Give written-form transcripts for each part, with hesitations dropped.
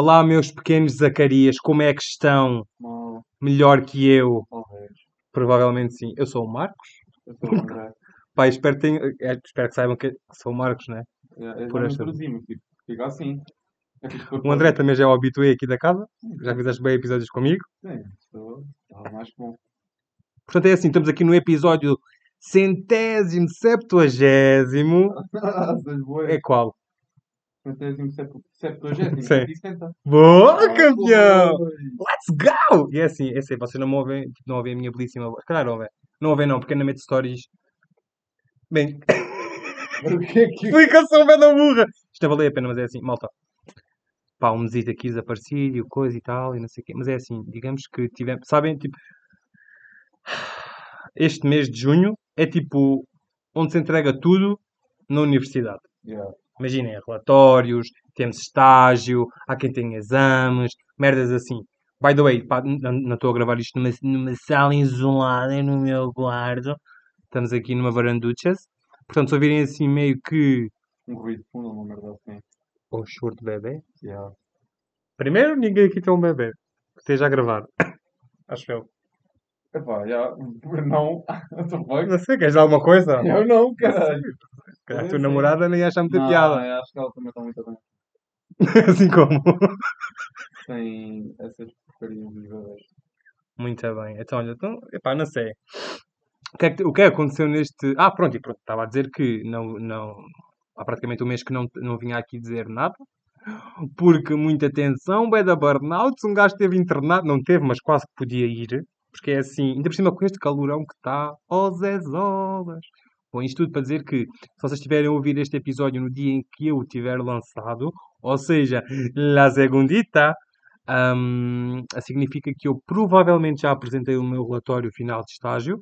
Olá, meus pequenos Zacarias, como é que estão? Mal, Melhor que eu? talvez. Provavelmente sim. Eu sou o Marcos. Eu sou o André. Pai, espero que saibam que sou o Marcos, né? Eu Por já me esta vez. introduzi, mas tipo, fica assim. É tipo O André propósito. também já é o habitué aqui da casa. Já Sim, fizeste bem episódios comigo. sim, estou mais que bom. Portanto, é assim, estamos aqui no episódio 170. Essas É boas. qual? Centésimo, septuagésimo, Sim. 170. Boa, Ah, campeão! pois. Let's go! E é assim, vocês não me ouvem, tipo, não ouvem a minha belíssima voz. Claro, ouvem. Não ouvem não, porque eu não meto stories. Bem, Mas o que é que... explicação bem da burra! Isto não valia a pena, mas é assim, malta. Pá, um mesito aqui desaparecido e coisa e tal, e não sei o quê. Mas é assim, digamos que tivemos. Sabem, tipo, este mês de junho é tipo onde se entrega tudo na universidade. Yeah. Imaginem, relatórios, temos estágio, há quem tenha exames, merdas assim. By the way, pá, não estou a gravar isto numa sala isolada no meu quarto. Estamos aqui numa varanduchas. Portanto, se ouvirem assim meio que Um ruído de fundo, uma merda assim. o choro de bebê. Yeah. Primeiro, ninguém aqui tem um bebê que esteja a gravar. Acho eu. Epá, já, não, what the fuck? Não sei, queres dar alguma coisa? Eu não, Não sei. caralho. Se calhar a É tua assim. namorada nem acha muita Não, piada. eu acho que ela também está muito bem. Assim como. Sem essas porcarias dos bebês. Muito bem. Então, olha, então, epá, não sei. O que é que aconteceu neste. Ah, pronto, e pronto. Estava a dizer que não. Há praticamente um mês que não vinha aqui dizer nada. Porque, muita atenção, bué da burnout. Um gajo esteve internado. Não teve, mas quase que podia ir. Porque é assim, ainda por cima com este calorão que está. Oh, Zé Zolas. Bom, isto tudo para dizer que, se vocês estiverem a ouvir este episódio no dia em que eu o tiver lançado, ou seja, la segundita, significa que eu provavelmente já apresentei o meu relatório final de estágio.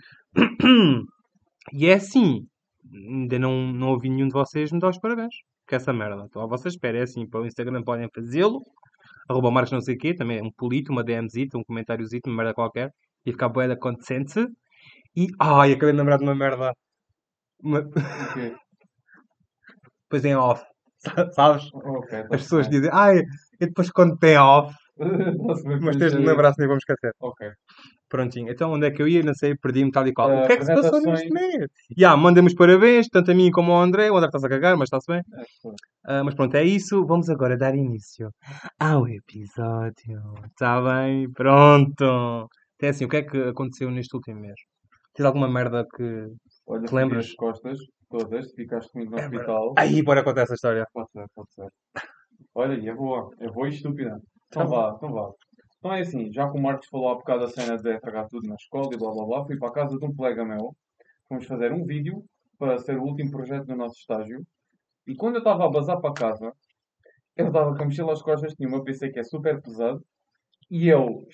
E é assim, ainda não ouvi nenhum de vocês me dar os parabéns. Que é essa merda. Então, a vossa espera é assim, para o Instagram podem fazê-lo, arroba Marcos não sei o quê, também é um polito, uma DMzita, um comentáriozito, uma merda qualquer, e ficar bué da contente. E, ai, acabei de lembrar de uma merda. Uma- O quê? Depois em off, sabes? Ok, As está-se pessoas bem. dizem, ai, e depois quando tem off, Está-se bem mas para tens de me gerir. lembrar se nem vamos esquecer. Ok. Prontinho. Então, onde é que eu ia? Não sei, perdi-me tal e qual. O que é que se passou neste Apresentações. mês? Mandem-me os parabéns, tanto a mim como ao André. O André está-se a cagar, mas está-se bem. É, foi. Mas pronto, é isso. Vamos agora dar início ao episódio. Está bem? Pronto. É assim, o que é que aconteceu neste último mês? Tens alguma merda que Olha, te fodi lembras? as costas todas, ficaste comigo no É verdade. hospital. Aí, bora contar essa história. Pode ser, pode ser. Olha, e é boa e estúpida. Então Então, vá, então vá. Então é assim, já que o Marcos falou há bocado a cena de estragar tudo na escola e blá blá blá, fui para a casa de um colega meu, fomos fazer um vídeo para ser o último projeto do nosso estágio. E quando eu estava a bazar para casa, eu estava com a mochila às costas, tinha o meu PC que é super pesado, e eu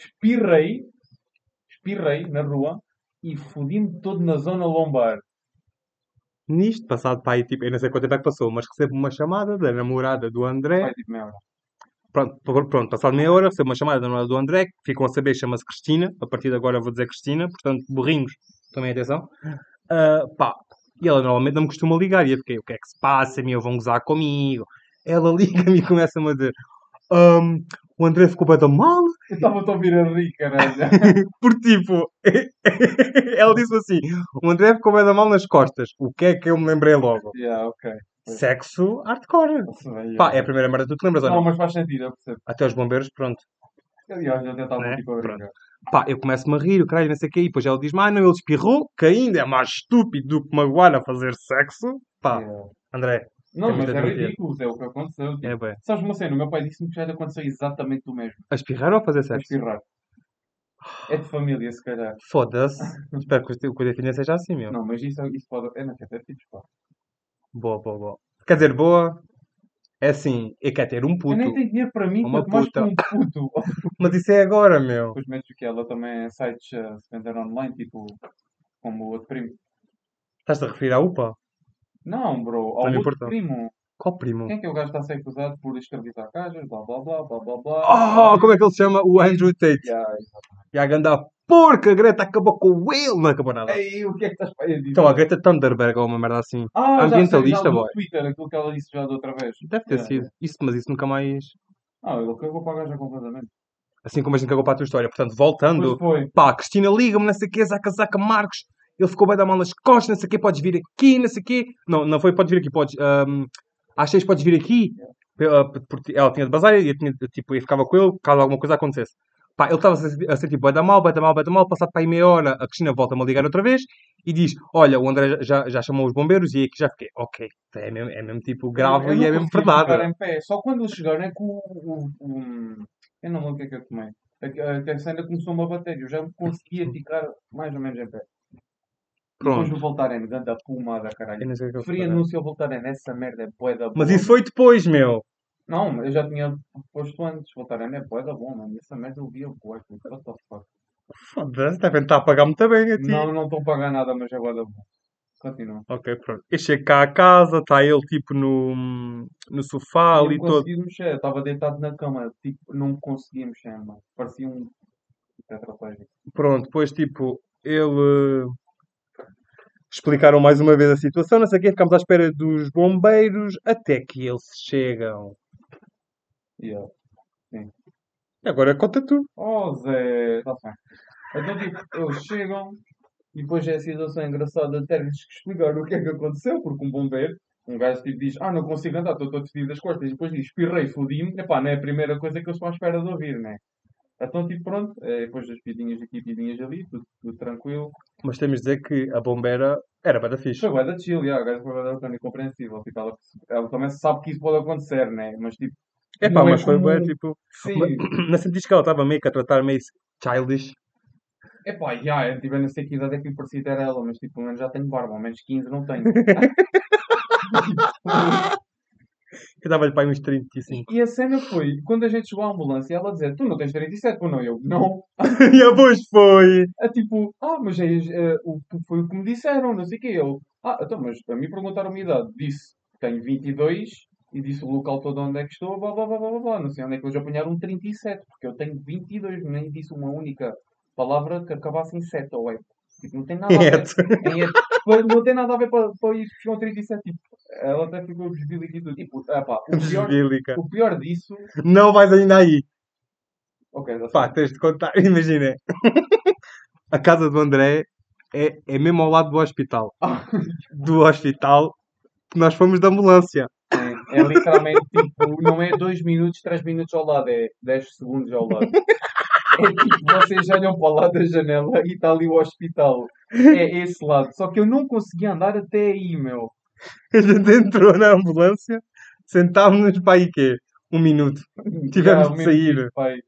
espirrei na rua e fodi-me todo na zona lombar. nisto, passado para aí, tipo, eu não sei quanto tempo é que passou, mas recebo uma chamada da namorada do André. Pai, tipo, merda. Pronto, passado meia hora, recebo uma chamada da namorada do André, que ficam a saber, chama-se Cristina. A partir de agora vou dizer Cristina, portanto, burrinhos, tomem atenção. Pá, e ela normalmente não me costuma ligar. E eu fiquei, o que é que se passa? Meu, vão gozar comigo. Ela liga-me e começa-me a dizer: "Ahm, o André ficou bem da mal." Eu estava-te a ouvir a rir, caralho. Por tipo, ela disse assim: o André ficou bem da mal nas costas. O que é que eu me lembrei logo? Yeah, ok. Pois. Sexo hardcore. Está-se bem, Pá, yeah, é a yeah. primeira merda que tu te lembras ou Não, não? mas faz sentido, eu percebo. Até os bombeiros, pronto, Aliás, eu até estava né? tipo a Pronto. brincar. Pá, eu começo-me a rir, o caralho, não sei o quê, e depois ela diz-me: não, ele espirrou, que ainda é mais estúpido do que magoar a fazer sexo. Pá, Yeah. André, Não, temos de mas é admitir. ridículo, é o que aconteceu. É Tipo, bem. sabes uma cena? O meu pai disse-me que já lhe aconteceu exatamente o mesmo. A espirrar ou a fazer A sexo? espirrar. É de família, se calhar. Foda-se. Espero que o que eu seja assim, meu. Não, mas isso pode. É, não quer ter filhos, pá. Boa, boa, boa. Quer dizer, boa, é assim, eu quero ter um Eu nem puto, tenho dinheiro para mim, uma quanto mais para puta. um puto. Mas isso é agora, meu. Depois metes o que ela também é sites se vender online, tipo, como o outro primo. Estás-te a referir à UPA? Não, bro, Não ao me outro importa. primo. Qual primo? Quem é que é o gajo que está a ser acusado por escravizar cajas, blá blá blá blá blá blá. Oh, como é que ele se chama? O Andrew Tate. Yeah. E a ganda porca, a Greta acabou com ele. Não acabou nada. Ei, o que é que estás para aí a Então, a dizer? Greta Thunberg ou uma merda assim. Ah, já sei, já Ambientalista, do boy. Twitter, aquilo que ela disse já da outra vez. Deve ter Yeah, sido. yeah. Isso, mas isso nunca mais. Ah, ele cagou para a gaja completamente. Assim como a gente cagou para a tua história. Portanto, Pois voltando, foi. pá, Cristina liga-me, não sei o quê, zaca, zaca, Marcos. Ele ficou bem da mal nas costas, não sei o quê, podes vir aqui, não sei o quê. Não, não foi podes vir aqui, podes. Às 6 podes vir aqui. Porque ela tinha de bazar e eu tinha, tipo, eu ficava com ele caso alguma coisa acontecesse. Pá, ele estava a sentir bué da mal, bué da mal, bué da mal. Passado para aí meia hora, a Cristina volta-me a ligar outra vez e diz: Olha, o André já chamou os bombeiros e aí que já fiquei. Ok, é mesmo tipo grave Eu e não é mesmo conseguia ficar verdade. em pé. Só quando eles chegaram é que eu não lembro o que é que eu tomei. Que a cena começou-me a bater. Eu já me conseguia ficar mais ou menos em pé. E depois Pronto. o Voltaren, ganda pomada, Eu caralho. não sei o que eu Free falei. anúncio ao Voltaren. Essa merda é bué da Mas boa, isso mano. foi depois, meu. Não, eu já tinha posto antes. Voltaren é bué da bom, mano. Essa merda eu via bué. What the fuck? Foda-se, devem estar a pagar muito bem a ti. Não, não estou a pagar nada, mas é bué da bom. Continua. Ok, pronto. Eu chego cá a casa, está ele tipo no sofá Tinha-me ali todo. conseguido mexer. Estava deitado na cama. Tipo, não me conseguia mexer, mano. Parecia um tetraplégico. Pronto, depois tipo, ele explicaram mais uma vez a situação, não sei o quê, ficámos à espera dos bombeiros até que eles chegam. Yeah, sim. E agora conta tu. Oh, Zé, está bem. Então, tipo, eles chegam e depois é a situação engraçada de ter-lhes que explicar o que é que aconteceu, porque um bombeiro, um gajo tipo diz, não consigo andar, estou todo fedido das costas, e depois diz, espirrei, fodi-me, epá, não é a primeira coisa que eles estão à espera de ouvir, né? Então, tipo, pronto, depois das pidinhas aqui, pidinhas ali, tudo tranquilo. Mas temos de dizer que a bombeira era bada fixe. Foi bué da chill, yeah, o gajo foi bué da bacana e compreensível, tipo, ela também sabe que isso pode acontecer, né? Mas, tipo, Epá, não é mas foi bem, como, tipo... sim, Não sentiste que ela estava meio que a tratar meio childish? epá, eu tive, não sei que idade é que me parecia ter ela, mas, tipo, pelo menos já tenho barba, ao menos 15 não tenho. Tipo, Eu dava-lhe para aí uns E, 35. e a cena foi, quando a gente chegou à ambulância, ela dizia, tu não tens 37, ou não? Eu, não. E depois foi. É tipo, mas foi o que me disseram, não sei o quê. Eu, então, mas a mim perguntaram a minha idade. Disse, tenho 22 e disse o local todo onde é que estou, blá, blá, blá, blá, blá, blá. Não sei onde é que eles apanharam 37, porque eu tenho 22, nem disse uma única palavra que acabasse em 7 ou 8. Tipo, não tem nada a ver. Quieto. Não tem nada a ver para ir buscar um 37. Tipo, ela até ficou desbilique e tudo. Tipo, Desvílica. o pior disso. Não vais ainda aí. Ok, já Pá, sei. tens de contar. Imagina, a casa do André é mesmo ao lado do hospital. Ah, Do hospital que nós fomos de ambulância. sim, é literalmente tipo, não é 2 minutos, 3 minutos ao lado, é 10 segundos ao lado. É tipo, vocês olham para o lado da janela e está ali o hospital. É esse lado. Só que eu não conseguia andar até aí, meu. A gente entrou na ambulância, sentámos-nos para aí quê? Um minuto. Já, Tivemos o de mesmo tipo, sair. pai.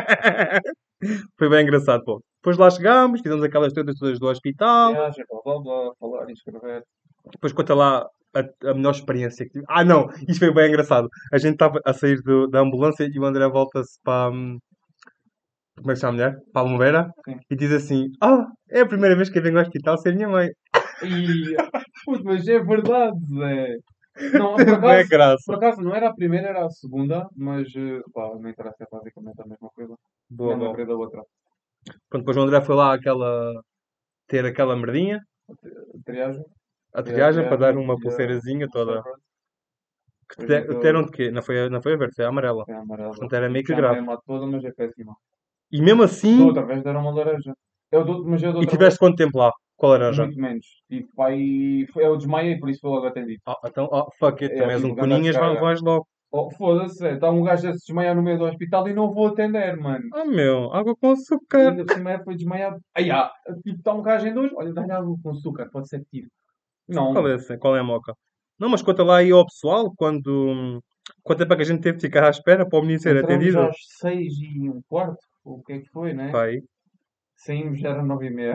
Foi bem engraçado, pô. Depois lá chegámos, fizemos aquelas tretas todas do hospital. Viagem, blá blá blá, falar e escrever. Depois conta lá a melhor experiência que tive. Ah, não! Isto foi bem engraçado. A gente estava a sair da ambulância e o André volta-se para... como é que se chama a mulher? Para a bombeira. Sim. E diz assim: é a primeira vez que eu venho ao hospital sem a minha mãe. E, puto, mas é verdade, Zé. Não, Teve bem por graça. acaso não era a primeira, era a segunda, mas, pá, não interessa, é basicamente a mesma coisa. Boa, Nem me boa. lembrei da outra. Pronto, depois o André foi lá ter aquela merdinha, Triagem. a Foi a triagem, para dar triagem uma e pulseirazinha o toda. Severance. Que Depois naquele. deram de quê? Não foi a verde, foi a amarela. É amarela. Portanto, era meio Tipo, que já não grave. é má toda, mas é péssima. E mesmo Da assim, outra vez deram uma laranja. Mas eu da e outra vez, tiveste quanto tempo lá? Com a laranja? muito menos. Tipo, aí. Eu desmaiei, por isso foi logo atendido. Então, fuck it, É, também és tipo, um ganda coninhas, caga. vais logo. Oh, foda-se, está um gajo a se desmaiar no meio do hospital e não vou atender, mano. Meu, água com E açúcar. ainda por cima foi desmaiado. Tipo, está um gajo em dois, olha, dá-lhe água com açúcar, pode ser tiro. Qual Não. é essa? Qual é a moca? Não, mas conta lá aí ao pessoal quanto tempo é que a gente teve de ficar à espera para o menino ser Entramos atendido? às 6h15, ou o que é que foi, né? Pai. Saímos já era 9h30.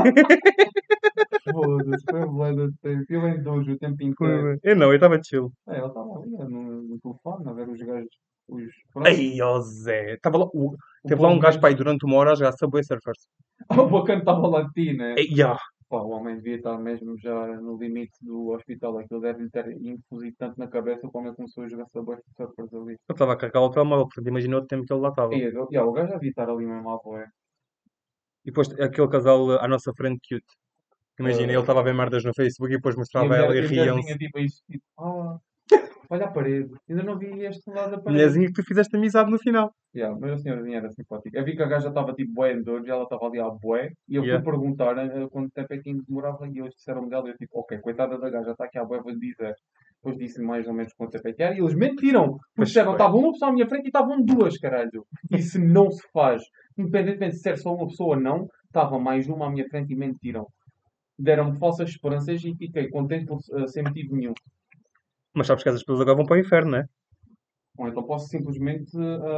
Foda-se, foi um bué de tempo. Ele em dois o tempo Foi inteiro. bem. Eu não, eu estava chill. Ele estava ali no telefone a ver os gajos. Pronto. Ai, ó Zé. O Teve lá povo um gajo menos. para aí durante uma hora a jogar Subway Surfers. O bacana estava lá de ti, né? Ai, ó. Pá, o homem devia estar mesmo já no limite do hospital. Aquilo deve-lhe ter infusido tanto na cabeça que o homem começou a jogar Subway Surfers ali. Eu estava a carregar o telemóvel, portanto imagina o tempo que ele lá estava. O gajo já devia estar ali mesmo à boé. E depois aquele casal à nossa frente cute. Imagina, ele estava a ver merdas no Facebook e depois E mostrava a ela e a mulherzinha riam-se. tipo isso, tipo. Olha a parede. Ainda não vi este lado da parede. Mulherzinha que tu fizeste amizade no final. Yeah, mas a senhorazinha era simpática. Eu vi que a gaja estava tipo bué em dor e ela estava ali à bué. E eu fui Yeah. perguntar quanto tempo é que ainda demorava e eles disseram-me dela. E eu tipo, ok, coitada da gaja, está aqui à bué, vou-lhe dizer. Depois disse mais ou menos quanto tempo é que era. E eles mentiram. Porque Pois disseram, foi. estava uma pessoa à minha frente e estavam duas, caralho. Isso não se faz. Independentemente de ser só uma pessoa ou não, estava mais uma à minha frente e mentiram. Deram-me falsas esperanças e fiquei contente por sem motivo nenhum. Mas sabes que essas pessoas agora vão para o inferno, não é? Ou então posso simplesmente.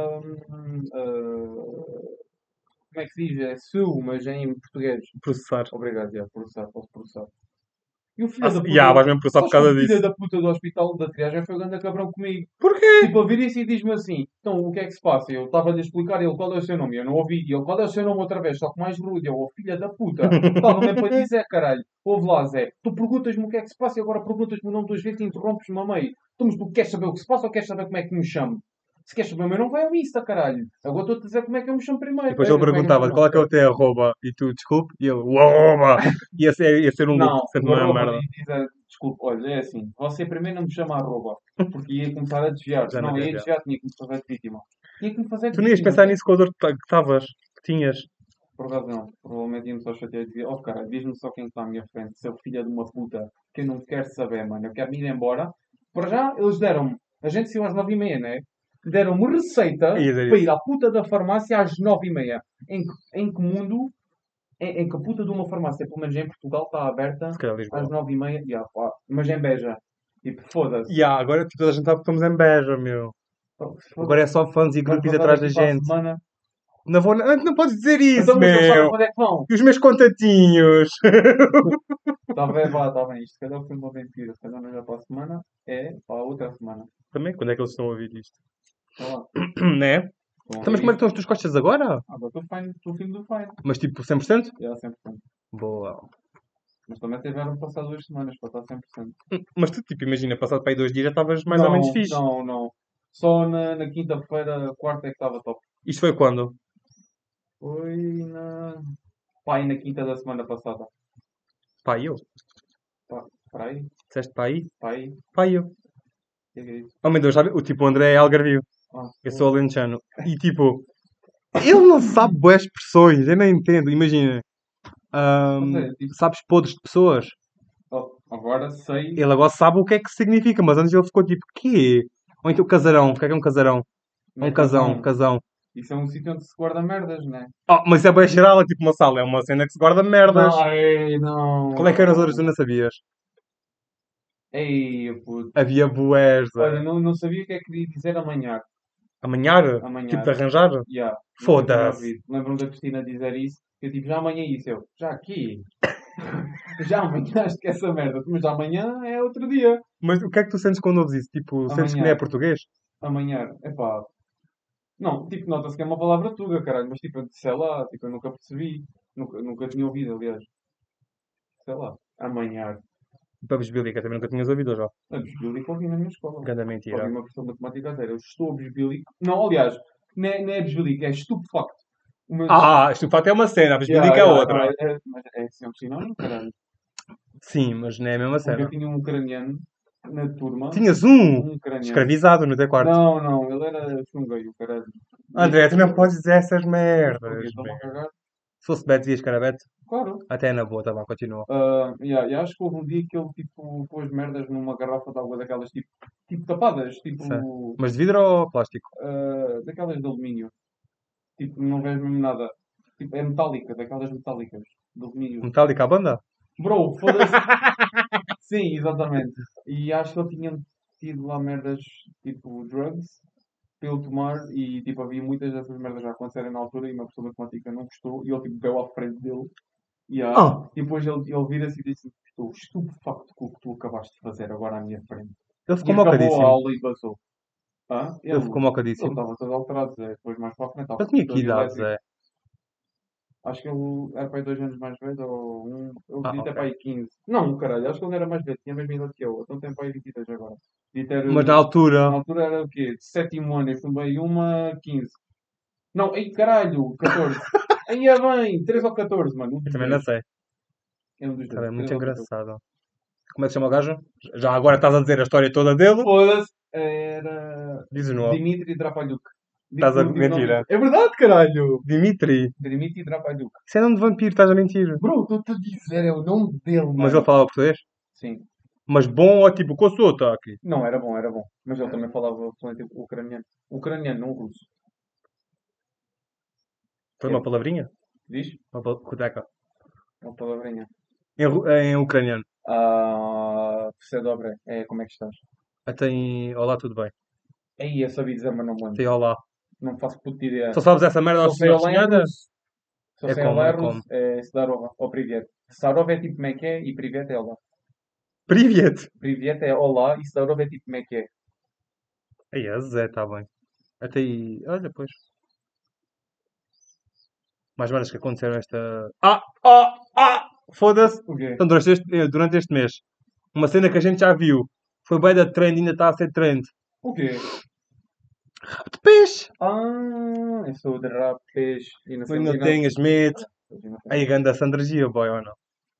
Como é que se diz? É su, mas em português. Processar. Obrigado, já, processar, posso processar. E o Ah, filho da puta. yeah, vais mesmo processar por Sabes que causa o filho disso. da puta do hospital da triagem foi o grande cabrão comigo. Porquê? Tipo, ele vira-se e diz-me assim: então o que é que se passa? Eu estava-lhe a explicar ele qual é o seu nome. Eu não ouvi. E ele qual é o seu nome outra vez, só que mais rude. Eu, oh, filha da puta. Estava mesmo para dizer, caralho. Ouve lá, Zé. Tu perguntas-me o que é que se passa e agora perguntas-me o nome duas vezes e interrompes-me a meio. Tu, mas tu queres saber o que se passa ou queres saber como é que me chamo? Se queres saber o meu nome, vai ao Insta, caralho. Agora estou-te a dizer como é que eu me chamo E primeiro. depois ele Como é que eu me perguntava chamo, qual é que é o caralho. teu arroba. E tu, desculpe. E ele, o arroba. Ia ser um loop, Não, sempre o uma arroba merda. e diz, desculpe, olha, é assim, você primeiro não me chama arroba, porque ia começar a desviar. Já não Não, tens ia já. desviar, tinha que me fazer de vítima. Tinha que me fazer Tu de nem ias vítima, pensar Zé. nisso com a dor que estavas, que tinhas. Por acaso não, provavelmente ia-me só chatear e dizer, oh cara, diz-me só quem está à minha frente, seu filho de uma puta, que eu não quero saber, mano, eu quero me ir embora. Para já, eles deram-me, a gente saiu às 9h30, né? Deram-me receita Ia dizer para ir isso. à puta da farmácia às 9h30. Em que mundo em que a puta de uma farmácia, pelo menos em Portugal, está aberta Se calhar às Lisboa. 9h30, yeah, pá, mas em Beja. Tipo, foda-se. Ya, agora tipo, toda a gente sabe que estamos em Beja, meu. Oh, Agora é foda-se. só fãs e Vais grupos passar atrás da daqui para a gente. semana. Não vou, não podes dizer isso, Então, mas eles sabem meu. quando é que vão. E os meus contatinhos. Está bem, vá, está bem. Isto se calhar foi uma mentira. Se calhar não é para a semana, é para a outra semana. Também, quando é que eles estão a ouvir isto? Sei lá. Né? Estão a Então, mas ouvir como é que isto? estão as tuas costas agora? Ah, agora estou fine, estou fim do fine. Mas tipo 100%? Já, 100%. Boa. Mas também tiveram que passar 2 semanas para estar 100%. Mas tu, tipo, imagina, passado para aí 2 dias já estavas mais ou menos Não, fixe. não, não. Só na quinta-feira, quarta é que estava top. Isto foi quando? Foi na. Pá, aí na quinta da semana passada. Pá, eu. Pá, espera aí, Disseste pá aí? pá aí. O Pá, eu. que é isso? Oh meu Deus, sabe? O tipo, o André é algarvio. Ah, Eu sou alentejano. E tipo, ele não sabe boas expressões. Eu não entendo. Imagina. mas é, tipo, Sabes podres de pessoas? oh, agora sei. Ele agora sabe o que é que significa, mas antes ele ficou tipo, quê? Ou então casarão. O que é um casarão? É Não um é casão, casão. casão. Isso é um sítio onde se guarda merdas, né? Oh, mas isso é bem geral, é tipo uma sala. É uma cena que se guarda merdas. Não, ei, não, Qual é que eram as outras que tu não. não sabias? Ei, puto. Havia bués. Olha, não sabia o que é que queria dizer amanhã. Amanhar? Tipo de Amanhã. arranjar? Já, nunca tinha Foda-se. ouvido. Lembro-me da Cristina dizer isso. Eu tipo, já amanhã é isso. Eu, já aqui? Já amanhã esquece essa merda. Mas amanhã é outro dia. Mas o que é que tu sentes quando ouves isso? Tipo, sentes que nem é Amanhã. português? Amanhã. Epá, não, tipo, nota-se que é uma palavra tuga, caralho, mas tipo, sei lá, tipo, eu nunca percebi, nunca tinha ouvido, aliás, sei lá, amanhã. Babes bíblica, também nunca tinhas ouvido já. A bisbílica ouvi na minha escola. Ganda Ouvi mentira. uma questão de matemática a sério. Eu estou bisbílico. Não, aliás, não é bisbílico, é estupefacto. O meu... Isto de facto é uma cena, a babes Yeah, bíblica é yeah, não, outra. mas é sempre sinónimo, caralho. Sim, mas não é a mesma Porque eu cena. tinha um ucraniano na turma, Tinhas um um ucraniano. escravizado no teu quarto. Não, ele era chungueio, caralho. André, tu não podes dizer essas Porque merdas, estava a meu. cagar. Se fosse Beto, dizias que era Beto. Claro. Até é na boa, tá bom, continua. E acho que houve um dia que ele tipo, pôs merdas numa garrafa de água daquelas tipo tapadas, Sim. tipo Mas de vidro ou plástico? daquelas de alumínio. Tipo, não vês mesmo nada. Tipo, é metálica, daquelas metálicas de alumínio. Metálica à banda? Bro, foda-se. Sim, exatamente. E acho que ele tinha tido lá merdas tipo drugs para ele tomar e tipo havia muitas dessas merdas já acontecerem na altura e uma pessoa matemática não gostou e ele tipo bebeu à frente dele. Ah! E depois ele vira-se e disse: estou estupefacto com o que tu acabaste de fazer agora à minha frente. Ele E ficou acabou a mocadíssimo. aula e passou. Ele ficou Ele mocadíssimo. estava todo alterado, Zé. Depois mais para a frente, ao Ele tinha que professor idades, elétrico. é? Acho que ele era para aí 2 anos mais velho, ou um. Ele devia ter Ok. para aí 15. Não, caralho, acho que ele não era mais velho, tinha a mesma idade que eu. Então tem para aí 22 agora. Devia ter. Mas na Na altura, altura era o quê? De sétimo ano, eu também uma 15. Não, ei caralho, 14. Aí é bem, 3 ou 14, mano. Um eu dos também não dois. sei. É um dos Estava dois, 3 muito ou 14. engraçado. Como é que se chama o gajo? Já agora estás a dizer a história toda dele. Foda-se. Era Diz o nome. Dimitri Drapalhuk. Estás Disse a o último nome. mentira. É verdade, caralho! Dimitri. Dimitri Drapalhuk. Isso é nome de vampiro, estás a mentir. Bro, estou-te a dizer, é o nome dele, Mas ele mano. falava português? Sim. Mas bom ou tipo, com o sotaque? Não, era bom, era bom. Mas ele também falava fluente ucraniano. Ucraniano, não russo. Foi uma É, palavrinha? diz? Kuteca. Uma palavrinha. Em ucraniano. Você dobre. É, como é que estás? Até em olá, tudo bem. Aí, eu sabia dizer, mas não me lembro. Até olá. Não faço puta ideia. Só sabes essa merda ao Só sei senhor olá em senhora? russo. Só É sei como, olá é em como. russo. É Zdarova. Ou Privet. Zdarova é tipo como é que é e Privet é olá. Privet. Privet é olá e Zdarova é tipo como é que é. Aí, a Zé, está bem. Até aí, olha, pois. Mais merdas que aconteceram esta. Foda-se! O quê? Então, durante este mês, uma cena que a gente já viu. Foi bem da trend, ainda está a ser trend. O quê? De peixe! Eu sou de rap, peixe, Foi não tenhas medo. Aí, inocente. ganda Sandra Gia, boy, ou não?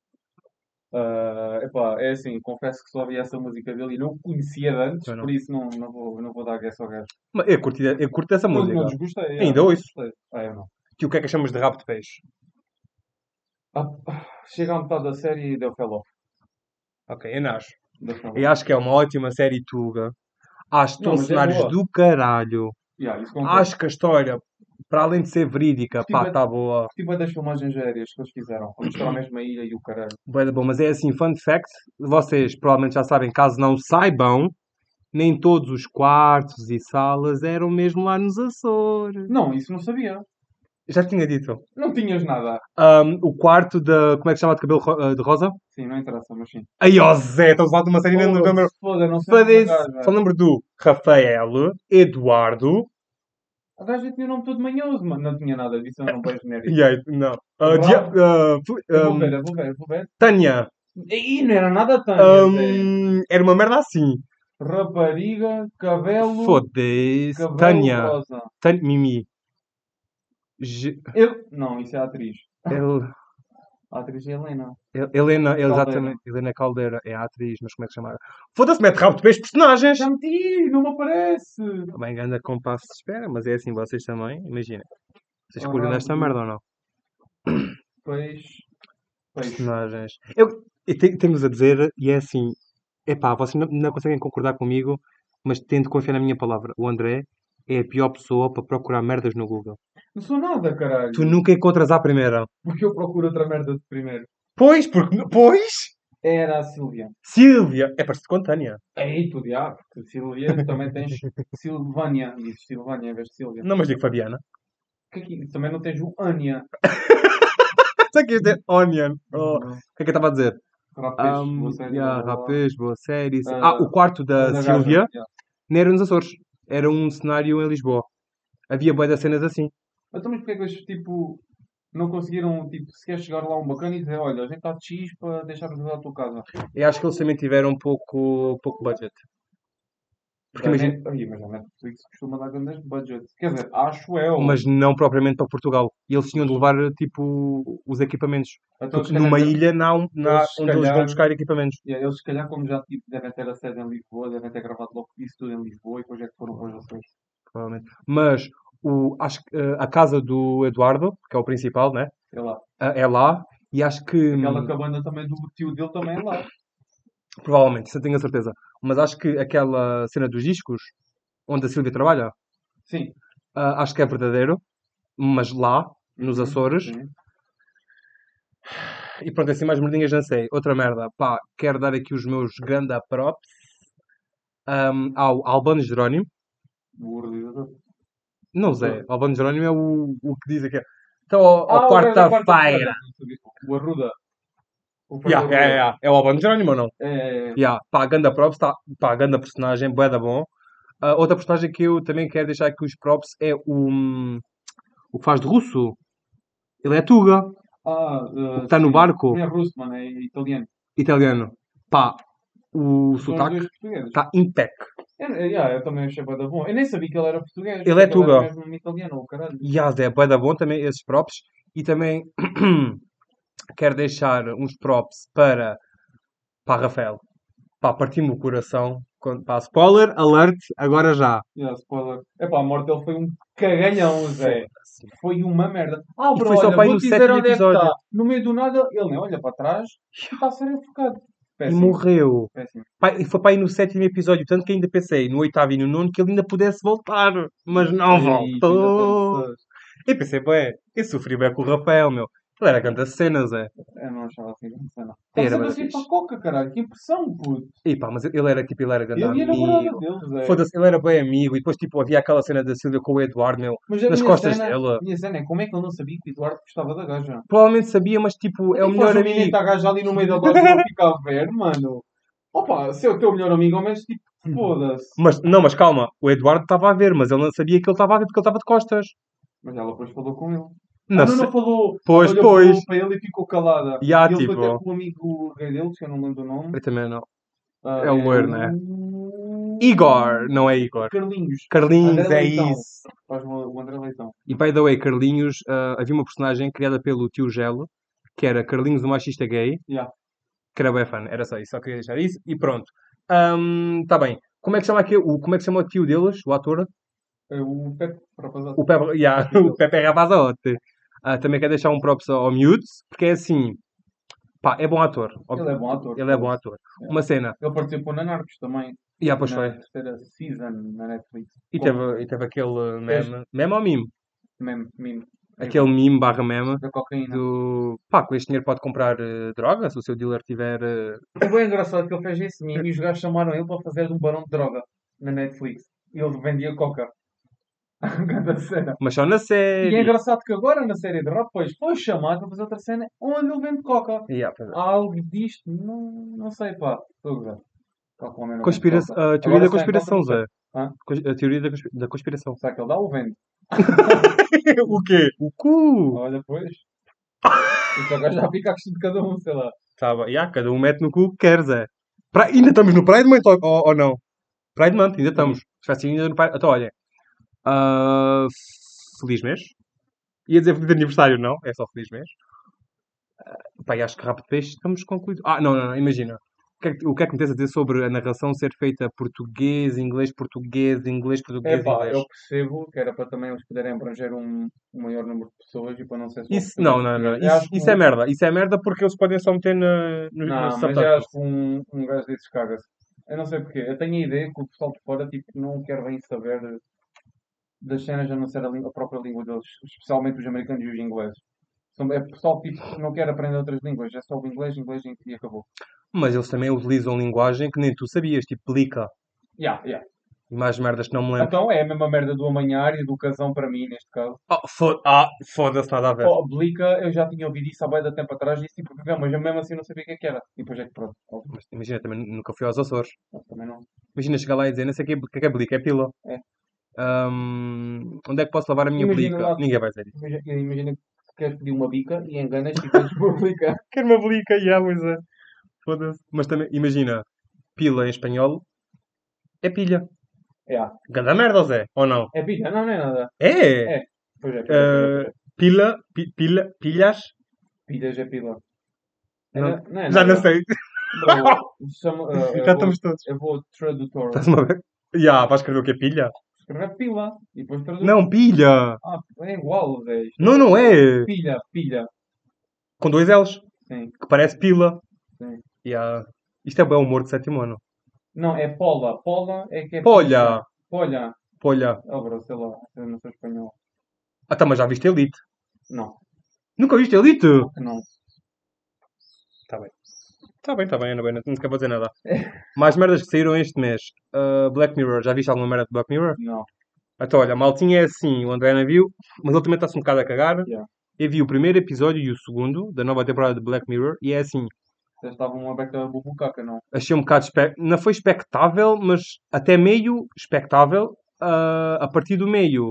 Epá, é assim, confesso que só ouvi essa música dele e não conhecia de antes, Ou por não? isso não vou dar guess ao gajo. Mas eu curto essa Não música. desgostei, Ainda não ouço. desgostei. Eu não. Que o que é que chamas de rabo de peixe? Chega à metade da série e deu fell off. Ok, eu não acho. Deu fell Eu off. acho que é uma ótima série Tuga. Acho que Não, estão mas é cenários boa. do caralho. Yeah, isso concordo. Acho que a história, para além de ser verídica, Curti pá, bué- está boa. curti bué das filmagens aéreas que eles fizeram, a mostrar a mesma ilha e o caralho. Bué da bom. Mas é assim, fun fact, vocês provavelmente já sabem, caso não saibam, nem todos os quartos e salas eram mesmo lá nos Açores. Não, isso não sabia. Já tinha dito. Não tinhas nada. O quarto da. Como é que se chama de cabelo de rosa? Sim, não interessa, mas sim. Aí, ó Zé, estamos a falar de uma série e nem me Oh, lembro. se foda, não sei o nome da Foda-se. Só gaja. lembro do Rafael, Eduardo. A gaja tinha o nome todo manhoso, mano. Não tinha nada disso, é um nome bem E genérico. aí, não. Ra... Eu vou ver. Tânia. Ih, não era nada Tânia, Zé. Era uma merda assim. Rapariga, cabelo, Foda-se. cabelo Tânia. rosa. Mimi. Não, isso é a atriz. El- A atriz é Helena Helena, Caldeira. exatamente. Helena Caldeira é a atriz, mas como é que se chama? Foda-se, mete rabo de peixe personagens. Já meti, não me aparece. Bem, anda com passo de espera, mas é assim, vocês também, imaginem. Vocês O curtem rabo desta do merda ou não? peixe. Peixe. Personagens. Tenho-vos a dizer, e é assim, epá, vocês não conseguem concordar comigo, mas tento confiar na minha palavra. O André é a pior pessoa para procurar merdas no Google. Não sou nada, Tu caralho. nunca encontras à primeira. Porque eu procuro outra merda de primeiro. Pois, porque. Pois! Era a Silvia. Silvia! É parecido com Tânia. Aí tu diabo, porque Silvia também tens Silvânia. Dizes Silvânia em vez de Silvia. Não, mas digo Fabiana. Também não tens o Ania. Só que isto é Onion. Oh, o Não. que é que eu estava a dizer? Rapaz, boa série, blá Yeah, blá blá. rapaz, boa série. Ah, O quarto da grande gaja. Silvia Yeah. não era nos Açores. Era um cenário em Lisboa. Havia bué de cenas assim. Então, mas porque é que eles, tipo, não conseguiram, tipo, sequer chegar lá a um bacana e dizer, olha, a gente está de X para deixar de usar a tua casa? Eu acho que eles também tiveram pouco budget. Porque imagina, Mas a Netflix costuma dar grandes budget. Quer dizer, acho eu. mas não propriamente para Portugal. E eles tinham de levar, tipo, os equipamentos. Então, Porque se calhar, numa ilha não há eles, se onde eles vão calhar, buscar equipamentos. eles, se calhar, como já tipo, devem ter a sede em Lisboa, devem ter gravado logo isso tudo em Lisboa e depois é que foram para os Açores. Provavelmente. Mas acho que a casa do Eduardo, que é o principal, né? Sei lá. É lá. E acho que. Aquela cabana também do tio dele também é lá. Provavelmente, isso eu tenho a certeza. Mas acho que aquela cena dos discos, onde a Silvia trabalha, Sim. acho que é verdadeiro. Mas lá, nos Uhum, Açores. sim. E pronto, assim mais merdinhas já sei. Outra merda. Pá, quero dar aqui os meus grande props ao Albano Jerónimo. O realizador. Não, Zé. Albano Jerónimo é o que diz aqui. Então, ao O gajo da quarta-feira. quarta-feira. O Arruda. O Yeah, Fernando yeah, Arruda. yeah. É o Albano Jerónimo ou não? É. Yeah. Pá, ganda props, tá, pá, ganda personagem, bué da bom. Outra personagem que eu também quero deixar aqui os props é o que faz de russo. Ele é Tuga, o que está no Sim. barco, Não é russo, mano, é italiano. italiano. Pá, o São os sotaque dois portugueses. está impec. Eu também achei bué da bom. Eu nem sabia que ele era português. Ele é Pensei que ele era Tuga. mesmo um italiano, ou caralho. E é bué da bom também esses props. E também quero deixar uns props para Rafael. Pá, partiu-me o coração. Pá, spoiler, alert, agora já. Yeah, spoiler. Epá, a morte dele foi um cagalhão, Zé. Foda-se. Foi uma merda. Ah, E bro, foi só olha, para aí no vou-te dizer sétimo onde é que está. episódio. No meio do nada, ele nem olha para trás e está a ser enfocado. E Péssimo, morreu. péssimo. Pá, e foi para aí no sétimo episódio. Tanto que ainda pensei no oitavo e no nono que ele ainda pudesse voltar. Mas não E tu ainda voltou. pensas. E pensei, ué, eu sofri bem com o Rafael, meu. Ele era grande cena, Zé. Eu não achava assim grande cena. Estava Era sempre bem assim para a fixe. coca, caralho. Que impressão, puto. E pá, mas ele era tipo, ele era grande Ele e a namorada amigo. dele, Zé. Foda-se, ele era bem amigo. E depois, tipo, havia aquela cena da Silvia com o Eduardo, meu, Mas nas costas dela. a minha cena é como é que ele não sabia que o Eduardo gostava da gaja? Provavelmente sabia, mas tipo, O é que o é que faz melhor o menino amigo. estar a gaja ali no meio da loja e ele fica a ver, mano? Opa, se é o teu melhor amigo, ao menos tipo, foda-se. Mas, não, mas calma, o Eduardo estava a ver, mas ele não sabia que ele estava a ver porque ele estava de costas. Mas ela depois falou com ele. Ah, Não não, sei. não falou. Ela Pois, olhou pois. para ele e ficou calada. E há, E ele foi ter tipo, com o amigo gay dele, que eu não lembro o nome. eu também não. Ah, É o é loiro, né? o Igor, não é Igor. Carlinhos. André Carlinhos, é Leitão. isso. Faz o André Leitão. E by the way, Carlinhos, havia uma personagem criada pelo tio Gelo, que era Carlinhos, o machista gay, Yeah. que era bem fã. Era só isso, só queria deixar isso. E pronto. Tá bem. Como é que chama aqui, como é que chama o tio deles, o ator? É o Pepe, rapazado. O Pepe, É o yeah, tio o dele. Pepe Ravazote. Também quero deixar um props ao Mutes, porque é assim, pá, é bom ator. Ele é bom ator, Ele é bom foda-se. ator. Yeah. Uma cena. Ele participou na Narcos também. Pois foi. Na terceira season na Netflix. E teve aquele Gajo meme ou meme? meme. É Aquele bom. meme barra meme Da cocaína. do pá, com este dinheiro pode comprar droga, se o seu dealer tiver. É bem engraçado que ele fez esse meme e os gajos chamaram ele para fazer de um barão de droga na Netflix. E ele vendia coca. Grande cena. Mas só na E é série. engraçado que agora na série de rap, pois foi chamado para fazer outra cena onde ele vende coca. Pois é. Há algo disto? Não sei, pá. Estou a gozar. Claro que o homem não vende Conspira coca. a teoria Agora da só encontra conspiração, no Zé. sexo. Hã? A teoria da conspiração. Será que ele dá ou vende? O quê? O cu! Olha, pois. Isso o gajo já fica a questão de cada um, sei lá. Tá, bem. Cada um mete no cu que quer, Zé. Ainda estamos no Pride Month ou não? Pride Month, ainda estamos. Sim. Espécie ainda no Pride. Então, olha. ah, feliz mês. Ia dizer feliz aniversário, não. É só feliz mês. Pá, e acho que rápido peixe estamos concluídos. Não, não, não, imagina. O que é que me tens a dizer sobre a narração ser feita português, inglês, português, inglês, português, Epá, inglês? eu percebo que era para também eles poderem abranger um maior número de pessoas e para não ser só Isso, português, não, não, não. português. Eu Isso, acho que isso é merda. Isso é merda porque eles podem só meter nos não, mas eu subtitles. acho que um gajo desses caga-se. Eu não sei porquê. Eu tenho a ideia que o pessoal de fora tipo, não quer bem saber das cenas a não ser a própria língua deles, especialmente os americanos e os ingleses. É pessoal tipo, que não quer aprender outras línguas, é só o inglês, inglês e acabou. Mas eles também utilizam linguagem que nem tu sabias, tipo plica. Yeah, yeah. E mais merdas que não me lembro. Então é a mesma merda do amanhar e do casão para mim, neste caso. Foda-se, nada a ver. Oh, Blica, eu já tinha ouvido isso há bem da tempo atrás, disse tipo, não, mas eu mesmo assim não sabia o que é que era. E depois é que pronto, óbvio, Mas imagina, também nunca fui aos Açores. também não. Imagina chegar lá e dizer, não sei o que é blica, é pila. É. Onde é que posso lavar a minha Imagina blica? lá, Ninguém vai dizer isso. imagina que queres pedir uma bica e enganas e pedes por Blica. Quero uma blica, já, pois é. Foda-se. Mas também, imagina, pila em espanhol é pilha. Yeah. Ganda merda, Zé, ou não? É pilha? Não, não é nada. É! É. Pois é, pois é, pois é, pois é. Pilhas? Pilhas é pila. Não, Não é já não nada. sei. Bro, Já estamos todos. eu vou tradutor. Estás-me a ver? Já, vais escrever o que é pilha? Escrever pila e depois traduz. Não, pilha! Ah, é igual, Zé. Isto Não, não é! Pilha. Com dois L's, Sim, que parece pila. sim. Já. Isto é bem humor de sétimo ano. Não, é pola. Pola é que é Polha! picha. Polha. Polha. Oh, bro, sei lá. Eu não sou espanhol. Tá, mas já viste Elite? Não, Nunca viste Elite? claro que não. Tá bem. Tá bem, não te quero dizer nada. Mais merdas que saíram este mês. Black Mirror, já viste alguma merda de Black Mirror? Não. Então, olha, a maltinha é assim, o André não viu, mas ele também está-se um bocado a cagar. Yeah. Eu vi o primeiro episódio e o segundo da nova temporada de Black Mirror e é assim, Vocês estavam uma beca bubucaca, não? achei um bocado não foi expectável, mas até meio expectável. A partir do meio,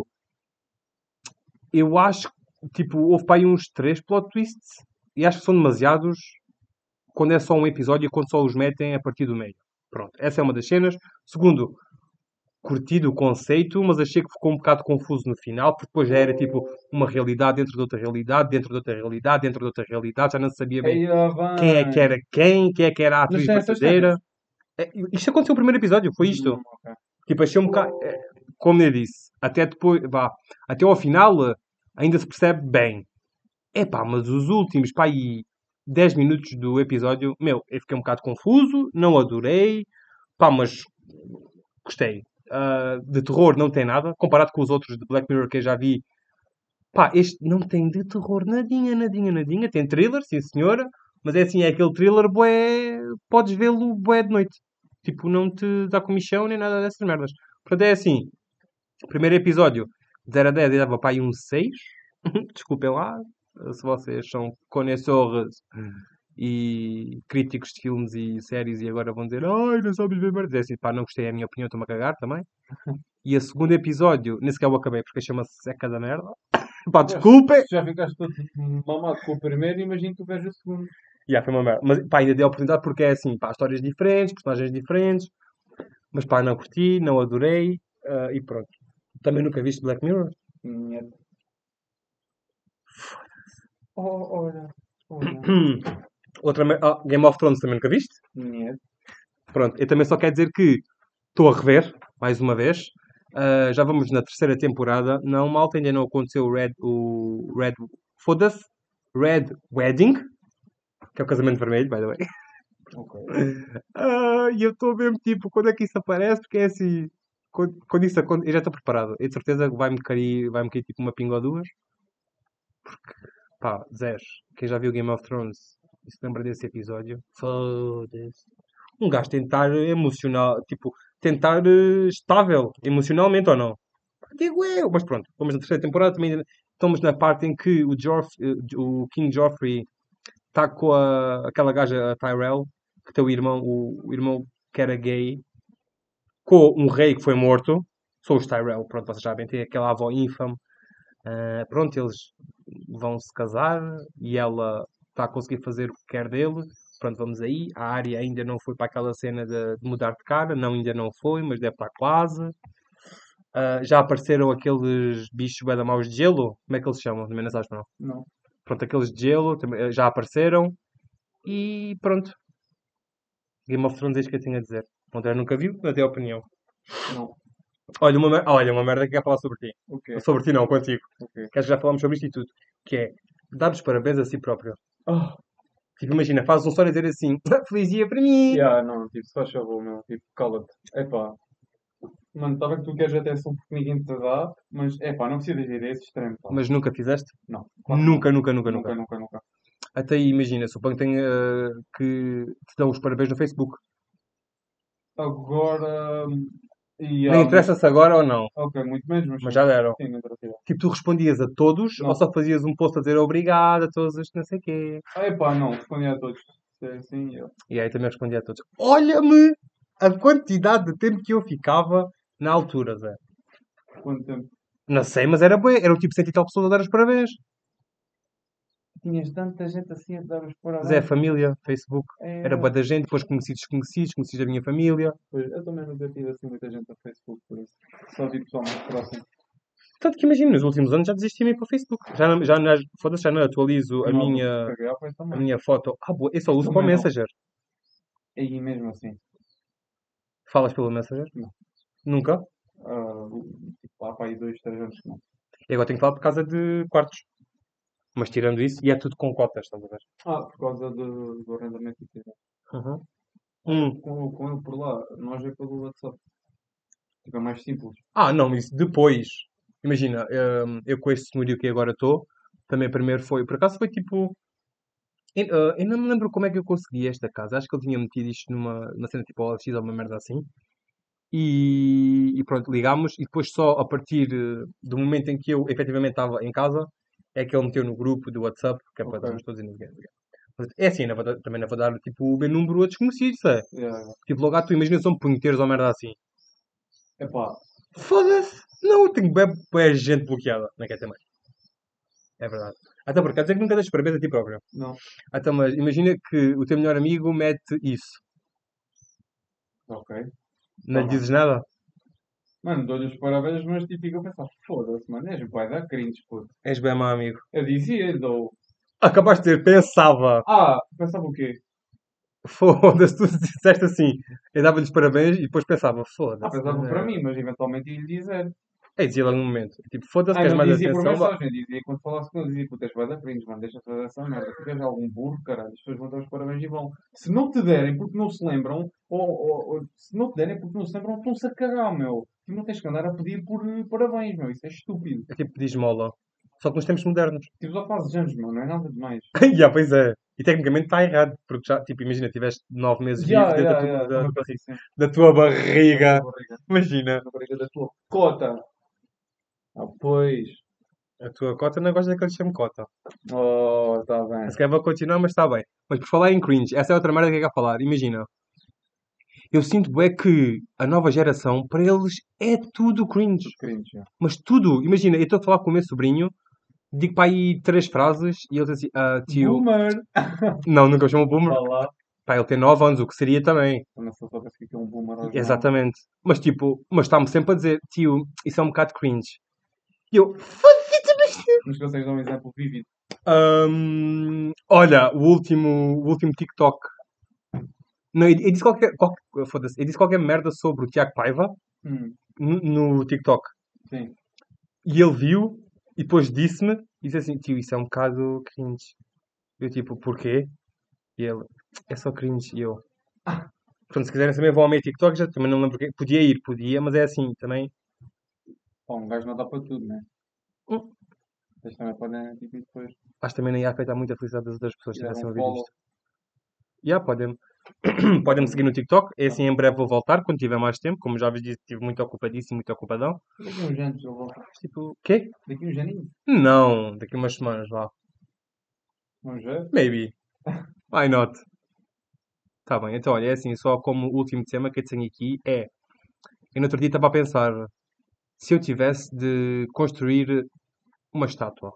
eu acho que tipo, houve para aí uns 3 plot twists e acho que são demasiados quando é só um episódio e quando só os metem a partir do meio. Pronto, essa é uma das cenas. Segundo, curti do conceito, mas achei que ficou um bocado confuso no final, porque depois já era tipo uma realidade dentro de outra realidade, dentro de outra realidade, dentro de outra realidade, já não se sabia bem Aí lá quem é que vai. era quem é que era a Mas atriz tem essas verdadeira. cenas. Isto aconteceu no primeiro episódio, foi isto. Ok. Tipo, achei um bocado. Como eu disse, até depois, vá, até ao final ainda se percebe bem. Epá, mas os últimos, pá, aí 10 minutos do episódio, meu, eu fiquei um bocado confuso, não adorei, pá, mas gostei. De terror não tem nada, comparado com os outros de Black Mirror que eu já vi. Pá, este não tem de terror nadinha, nadinha, nadinha. Tem thriller, sim senhora, mas é assim, é aquele thriller, bué, podes vê-lo bué de noite. Tipo, não te dá comichão nem nada dessas merdas. Portanto, é assim, primeiro episódio, de 0 a 10, eu dava para aí um 6. Desculpem lá, se vocês são conhecedores e críticos de filmes e séries e agora vão dizer ai, não sabes ver merda. É assim, pá, não gostei, é a minha opinião, estou-me a cagar também. E a segundo episódio, nem sequer o acabei porque chama-se Seca da Merda. Pá, Pois, desculpem. se já ficaste todo mamado com o primeiro, imagino que tu vejas o segundo. Já, foi uma merda. Mas, pá, ainda dei a oportunidade porque é assim, pá, histórias diferentes, personagens diferentes. Mas, pá, não curti, não adorei. E pronto. Também nunca viste Black Mirror? Nhé. Ora, ora. Game of Thrones também nunca viste? Nhé. Pronto, eu também só quero dizer que estou a rever, mais uma vez. Já vamos na terceira temporada. Não, malta, ainda não aconteceu o Red, foda-se, Red Wedding, que é o casamento vermelho, by the way. Ok. E eu estou mesmo, tipo, quando é que isso aparece? Porque é assim, quando isso acontece, eu já estou preparado. Eu de certeza que vai-me cair tipo uma pinga ou duas. Pá, Zés, quem já viu Game of Thrones e se lembra desse episódio? Foda-se. Um gajo tentar emocional, tipo, tentar estável emocionalmente ou não. Digo eu, mas pronto, vamos na terceira temporada, também estamos na parte em que o King Joffrey está com aquela gaja, a Tyrell, que tem o irmão que era gay, com um rei que foi morto, são os Tyrell, pronto, vocês sabem, tem aquela avó ínfame. Pronto, eles vão se casar e ela está a conseguir fazer o que quer dele. Pronto, vamos aí. A área ainda não foi para aquela cena de mudar de cara, não, ainda não foi, mas deve estar quase. Já apareceram aqueles bichos bué da maus de gelo, como é que eles se chamam? Também não sabes, não. Não. Pronto, aqueles de gelo também, já apareceram. E pronto, Game of Thrones é isto que eu tinha a dizer. Pronto, eu nunca viu, não tenho opinião. Não. Olha, uma merda que eu quero falar sobre ti. O quê? Sobre ti não, contigo. O quê? Que acho que já falámos sobre isto e tudo. Que é dar os parabéns a si próprio. Ah, Tipo, imagina, fazes um story a dizer assim, feliz dia para mim. yeah, não, tipo, só chavou, meu. Tipo, cala-te. Epá. Mano, estava que tu queres atenção porque ninguém te dá, mas epá, não precisas ir a esse extremo, pá. Mas nunca fizeste? Não, claro que não. Nunca, nunca, nunca, nunca. Nunca, nunca, nunca. Até aí, imagina, suponho que, que te dão os parabéns no Facebook. Agora. Nem Yeah, mas. interessa se agora ou não, Ok, muito menos, mas mas sim. já deram. Sim, não interessa. Tipo, tu respondias a todos ou Não. só fazias um post a dizer obrigado a todos os que não sei quê. Ah, epá, não, respondi a todos. Sim, eu. E aí também respondia a todos. Olha-me a quantidade de tempo que eu ficava na altura, Zé. Quanto tempo? Não sei, mas era bem. Eram tipo cento e tal pessoas a dar os parabéns. Tinhas tanta gente assim a dar os Zé, parabéns. família, Facebook. Era É. boa da gente, depois conhecidos, desconhecidos, conhecidos da minha família. Pois, eu também nunca tive assim muita gente no Facebook, por isso. Só vi pessoal mais próximo. Tanto que imagino, nos últimos anos já desisti de ir para o Facebook. Foda-se, já não atualizo a Não, minha, caguei, pois a também. minha foto. Boa, eu só uso para o Também não. Messenger. E mesmo assim. Falas pelo Messenger? Não. Nunca. Ah, tipo, há para aí 2, 3 anos que não. E agora tenho que falar por causa de quartos. Mas tirando isso, e é tudo com cotas, estás a ver? Ah, por causa do arrendamento e tudo. Uhum. Olha, Hum. com ele por lá, nós é pelo WhatsApp. Fica mais simples. Não, isso depois. Imagina, eu com este senhorio que agora estou, também primeiro foi. Por acaso foi tipo. Eu não me lembro como é que eu consegui esta casa. Acho que ele tinha metido isto numa cena tipo OLX ou uma merda assim. E pronto, ligámos. E depois só a partir do momento em que eu efetivamente estava em casa, é que ele meteu no grupo do WhatsApp, que é para Ok. darmos todos e ninguém. Mas é assim, também não vou dar tipo o meu número a desconhecidos, é? Yeah. Tipo, logo à tua imaginação, punheteiros ou merda assim. Epá, Foda-se! Não, eu tenho bem gente bloqueada. Não quer ter mais. É verdade. Até porque quer dizer que nunca deixas parabéns a ti próprio. não. Então, mas imagina que o teu melhor amigo mete isso. Ok. Não Tá lhe bem. dizes nada? Mano, dou-lhe os parabéns, mas tipo, fico a pensar, foda-se, mano, és pai da cringe, puto. És bem mau amigo. Eu dizia, dou. Acabaste de dizer, pensava. Ah, pensava o quê? Foda-se, tu disseste assim. Eu dava-lhes parabéns e depois pensava, foda-se. Pensava para mim, mas eventualmente ia lhe dizer. Aí dizia logo no momento. Tipo, foda-se, Ah, queres não mais dizia por atenção? Vá. mensagem, dizia quando falasse com ele, dizia, puta, és bué da cringe, mano, deixa de fazer essa merda. Tu és algum burro, caralho, as pessoas vão dar os parabéns e vão. Se não te derem porque não se lembram, ou se não te derem porque não se lembram, estão-se a cagar, meu. Tu não tens que andar a pedir por parabéns, meu, isso é estúpido. É tipo pedir esmola. Só que nos tempos modernos. Tipo, já fazes anos, meu, não é nada demais. Ya, pois é. E tecnicamente está errado. Porque já, tipo, imagina, tiveste 9 meses vivo Já, dentro já, já, também penso assim. da tua Na tua barriga. barriga, Imagina. na barriga da tua cota. Ah, pois. A tua cota não gosta daquele chame cota. Oh, tá bem. Se calhar vou continuar, mas está bem. Mas por falar em cringe, essa é outra merda que eu quero falar. Imagina, eu sinto é que a nova geração, para eles, é tudo cringe. Tudo cringe, já. Mas tudo. Imagina, eu estou a falar com o meu sobrinho, digo para aí 3 frases e ele diz assim, tio... Boomer! Não, nunca me chamou boomer. Vá lá. Pá, ele tem 9 anos, o que seria também. Também só soubesse o que é um boomer aos 9. Exatamente. Mas tipo, mas está-me sempre a dizer, tio, isso é um bocado cringe. E eu, Mas consegues dar um exemplo vívido? olha, o último TikTok. Não, eu disse foda-se, eu disse qualquer merda sobre o Tiago Paiva Hum, no TikTok. sim. E ele viu e depois disse-me e disse assim, tio, isso é um bocado cringe. Eu tipo, porquê? E ele, é só cringe. E eu, portanto, se quiserem saber, vão ao meu TikTok, já também não lembro porquê. Podia ir, podia, mas é assim, também. Pá, um gajo não dá para tudo, né? hum, Vocês também podem, tipo, depois Acho que também não ia afetar muito a felicidade das outras pessoas se tirar tivessem um ouvido follow. isto. Já, podem-me seguir no TikTok. É assim, em breve vou voltar, quando tiver mais tempo. Como já vos disse, estive muito ocupadíssimo, muito ocupadão. Daqui uns anos eu volto. Mas, tipo, quê? Daqui uns aninhos. Não, daqui a umas semanas, vá. Vamos ver. Maybe. Why not? Tá bem, então olha, é assim, só como último tema que eu tenho aqui é. Eu no outro dia estava a pensar, se eu tivesse de construir uma estátua.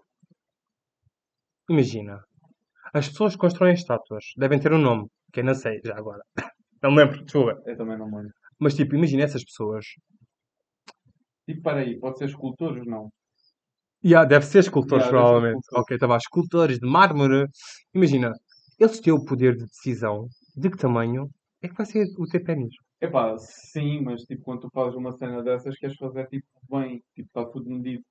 Imagina, as pessoas que constroem estátuas devem ter um nome, que eu não sei já agora. Não me lembro, desculpa. Eu também não mando. Mas tipo, imagina essas pessoas. Tipo, para aí, pode ser escultores, não? Yeah, deve ser escultores, Yeah, deve ser provavelmente. escultores. Ok, estava escultores de mármore. Imagina, eles têm o poder de decisão de que tamanho é que vai ser o teu pênis. Epá, sim, mas tipo, quando tu fazes uma cena dessas, queres fazer tipo bem, tipo, está tudo medido.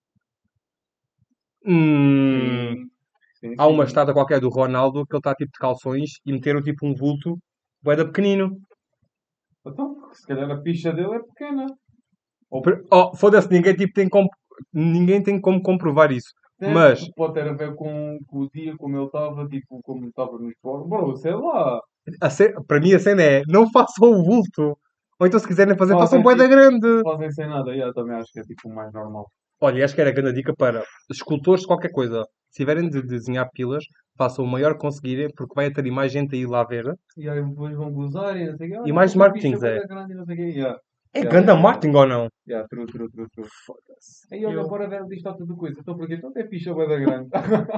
Hum, Sim, sim, há uma sim. estátua qualquer do Ronaldo que ele está tipo de calções e meteram tipo um vulto bué da pequenino. Então, se calhar a picha dele é pequena. Ou Oh, foda-se, ninguém tem como comprovar isso. Mas, pode ter a ver com o dia, como ele estava, tipo, como ele estava nos jogos. Bro, sei lá. para mim a cena é, não façam o vulto. Ou então se quiserem fazer, façam Fazem bué da tipo, grande. fazem sem nada. Eu também acho que é tipo o mais normal. Olha, acho que era a grande dica para escultores de qualquer coisa. Se tiverem de desenhar pilas, façam o maior que conseguirem, porque vai atrair mais gente a ir lá ver. E aí depois vão gozar e não sei o quê. E Olha, mais esta picha marketing, é é. da grande e não sei o quê. Yeah. É Yeah, ganda yeah, yeah. marketing ou não? Yeah, true, true, true, true. Foda-se. Aí olha, bora ver ali está tudo coisa. Então porquê? Então é ficha bué da grande.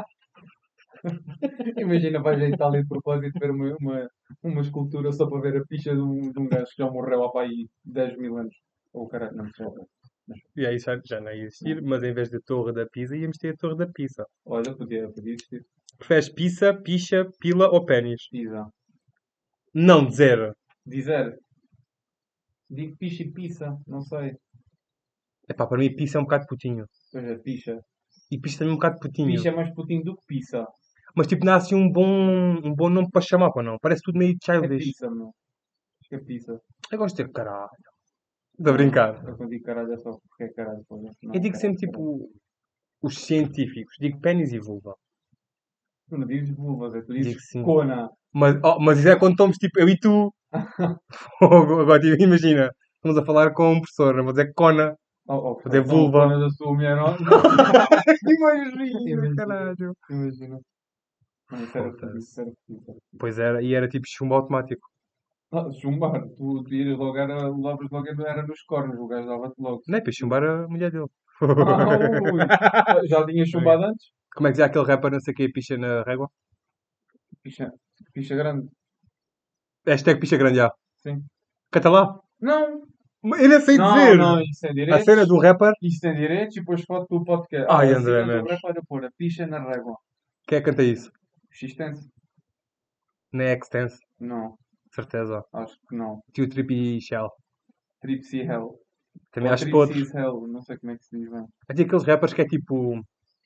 Imagina, vais a Itália de propósito ver uma escultura só para ver a ficha de um gajo que já morreu há para aí 10 mil anos. Ou caralho, não sei. Mas, E aí já não ia existir, mas em vez da Torre da Pisa, íamos ter a Torre da Pisa. olha, podia existir. Preferes pizza, picha, pila ou pênis? Pisa. Não dizer. Dizer, digo picha e pizza, não sei. Epá, para mim pizza é um bocado putinho. Pois é, picha. E picha também é um bocado putinho. Picha é mais putinho do que pizza. Mas tipo, não há assim um bom nome para chamar, para não? Parece tudo meio É childish. pizza, meu. Acho que é pizza. Eu gosto de ter caralho. Estou a Não, brincar. eu quando digo caralho é só porque é caralho. Pô, Eu não, digo caralho, sempre caralho. tipo os científicos. Digo pênis e vulva. Tu não dizes vulvas, tu dizes Digo sim. cona. Mas isso é quando estamos tipo eu e tu. Agora tipo, imagina. Estamos a falar com um professor. Não vou dizer cona. Oh, Vou dizer então, vulva. cona da sua mulher. Imagina, Imagina, caralho. imagina. Não, isso era fodido, Foda-se. isso era fodido, isso era fodido. Pois era. E era tipo chumbo automático. Chumbar, tu ias logo, levavas logo, era nos cornos, o gajo dava-te logo. Não é para chumbar a mulher dele. Ui, já tinha chumbado antes? Como é que dizia aquele rapper, não sei o que, picha na régua? Picha, picha grande, Hashtag picha grande, já. sim. Canta lá. Não, Eu não sei não, dizer. não, isso tem A cena direitos. do rapper. Isso tem direitos e depois foto do podcast. Ai, A André cena do Mendes. rap era pôr a picha na régua. Quem é que canta isso? Existência. Na Extense, Não, certeza. acho que não. Tio Trip e Shell. Tripsy Hell. Também Ou acho podres. Tripsy's Hell, não sei como é que se diz bem. É tipo aqueles rappers que é tipo.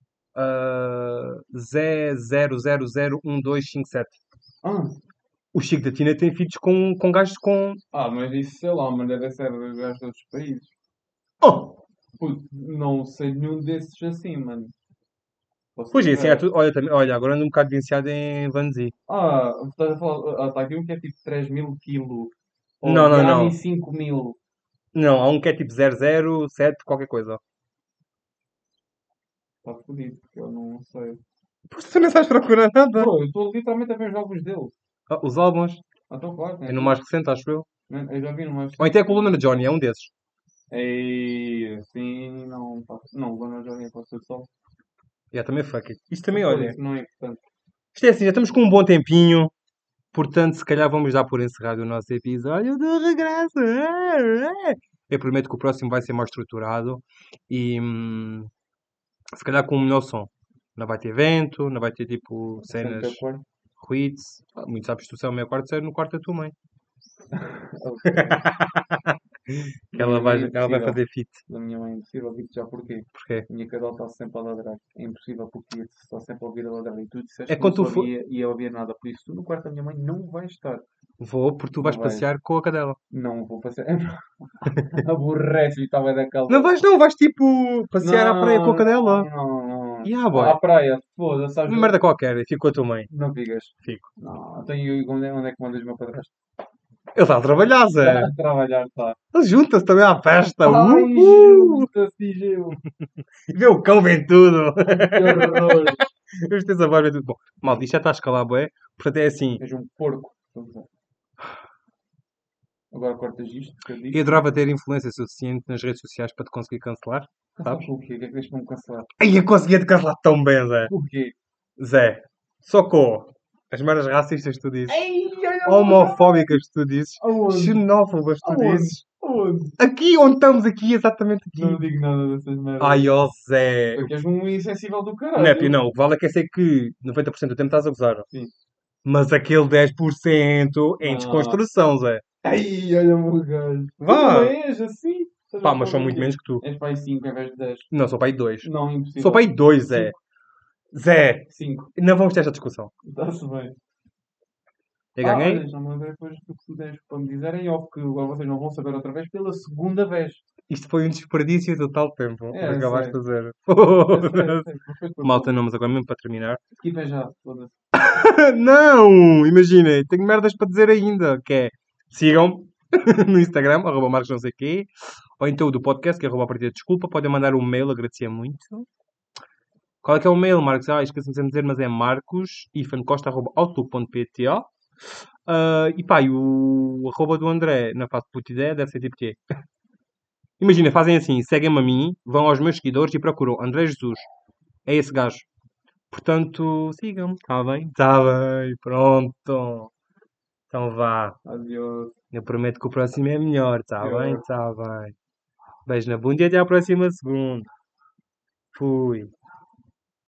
Zé 0001257. Ah, O Chico da Tina tem feats com gajos com. mas isso sei lá, mas deve ser dos gajos de outros países. Oh! Puto, não sei nenhum desses assim, mano. Ou se Pois é, assim, é tiver. tudo. Olha, também, olha, agora ando um bocado viciado em Vanzi. Estás a falar. Está aqui um que é tipo 3.000 quilos. Ou Não, não, Yami não. 5.000. Não, há um que é tipo 007 qualquer coisa. Está fodido, porque eu não sei. Pois tu não sabes procurar nada. Bro, eu estou literalmente a ver jogos dele. Ah, os álbuns. Então, claro, É tem no tudo. mais recente, acho eu. Eu já vi no mais Ou recente. então é a coluna de Johnny, é um desses. Ei, assim, não. Não, agora já vi para ser só. Já também fuck it. Isto Mas também, pô, olha. isso não é importante. Isto é assim, já estamos com um bom tempinho. Portanto, se calhar vamos dar por encerrado o nosso episódio do regresso. Eu prometo que o próximo vai ser mais estruturado e se calhar com um melhor som. Não vai ter vento, não vai ter tipo Isso é no cenas teu quarto? ruídos. Muito sabes que tu é o meu quarto, sai no quarto da tua mãe. Ok. Da minha mãe é Ela vai impossível. fazer fit. Da minha mãe é impossível. Digo já porquê. Porquê? A minha cadela está sempre a ladrar. É impossível porque está sempre a ouvir a ladrar. E tu É disseste que não quando tu só for. ia ouvir nada. Por isso, tu no quarto da minha mãe não vais estar. Vou, porque tu vais Não vais. passear com a cadela. Não vou passar. Aborrece e estava da Não calor. vais, não, vais tipo passear à praia com a Não, cadela. não, não, não. E ah, boy. À praia, foda-se, Uma merda qualquer, eu fico com a tua mãe. não figas. Fico. Não, então e onde é que mandas o meu padrasto? Ele está a trabalhar, Está Zé. a trabalhar, está. Ele junta-se também à festa. Ai, Uhul! junta-se, diz eu. E vê o cão, vem tudo. Ai, que horror. Vamos ter essa voz, vem tudo. Bom, malta, isto já está a escalar, bué. Portanto, é assim. És um porco. Agora cortas isto que eu Eu disse. adorava ter influência suficiente nas redes sociais para te conseguir cancelar, Cancelar sabes? com o quê? O que é que deixa-me cancelar? Aí eu conseguia te cancelar tão bem, Zé. Com o quê? Zé, socorro. As merdas racistas que tu dizes. Ei, olha o lugar! Homofóbicas que tu dizes. Aonde? Xenófobas que tu Aonde? dizes. Aonde? Aqui onde estamos, aqui, exatamente Não aqui. digo nada dessas merdas. Ai, ó Zé. Tu é que és um insensível do Népio, caralho. não. O que vale é que eu sei que 90% do tempo estás a gozar. Sim. Mas aquele 10% é em Não. desconstrução, Zé. Ai, olha-me o gajo. Tu Vá! também és assim? Estás Pá, a mas falar são do muito quê? menos que tu. És pai 5 em vez de 10. Não, sou para aí 2. Não, Sou para impossível. aí 2, Zé. 5. Zé, 5. não vamos ter esta discussão. Está-se bem. Eu ganhei. Olha, já me lembrei depois do que tu tens para me dizerem off, que agora vocês não vão saber outra vez pela segunda vez. Isto foi um desperdício total de tempo. O que É, acabaste de sério. fazer. É sério, Foda-se. sério. Mas foi de Malta, propósito. não, mas agora mesmo para terminar. Skip é já, foda-se. Não! Imaginem, tenho merdas para dizer ainda. Que é, sigam no Instagram, arroba Marcos não sei quê. Ou então o do podcast, que é arroba a partida de desculpa. Podem mandar um mail, agradecia muito. Qual é que é o mail, Marcos? Esqueci-me de dizer, mas é marcos-costa.outlook.pt. E pá, e o arroba do André, não faço puta ideia, deve ser tipo quê? Imagina, fazem assim, seguem-me a mim, vão aos meus seguidores e procuram André Jesus. É esse gajo. Portanto, sigam. Está bem? Está bem, pronto. Então vá. Adiós. Eu prometo que o próximo é melhor. Está bem? Pior. Está bem. Beijo na bunda e até à próxima segunda. Fui.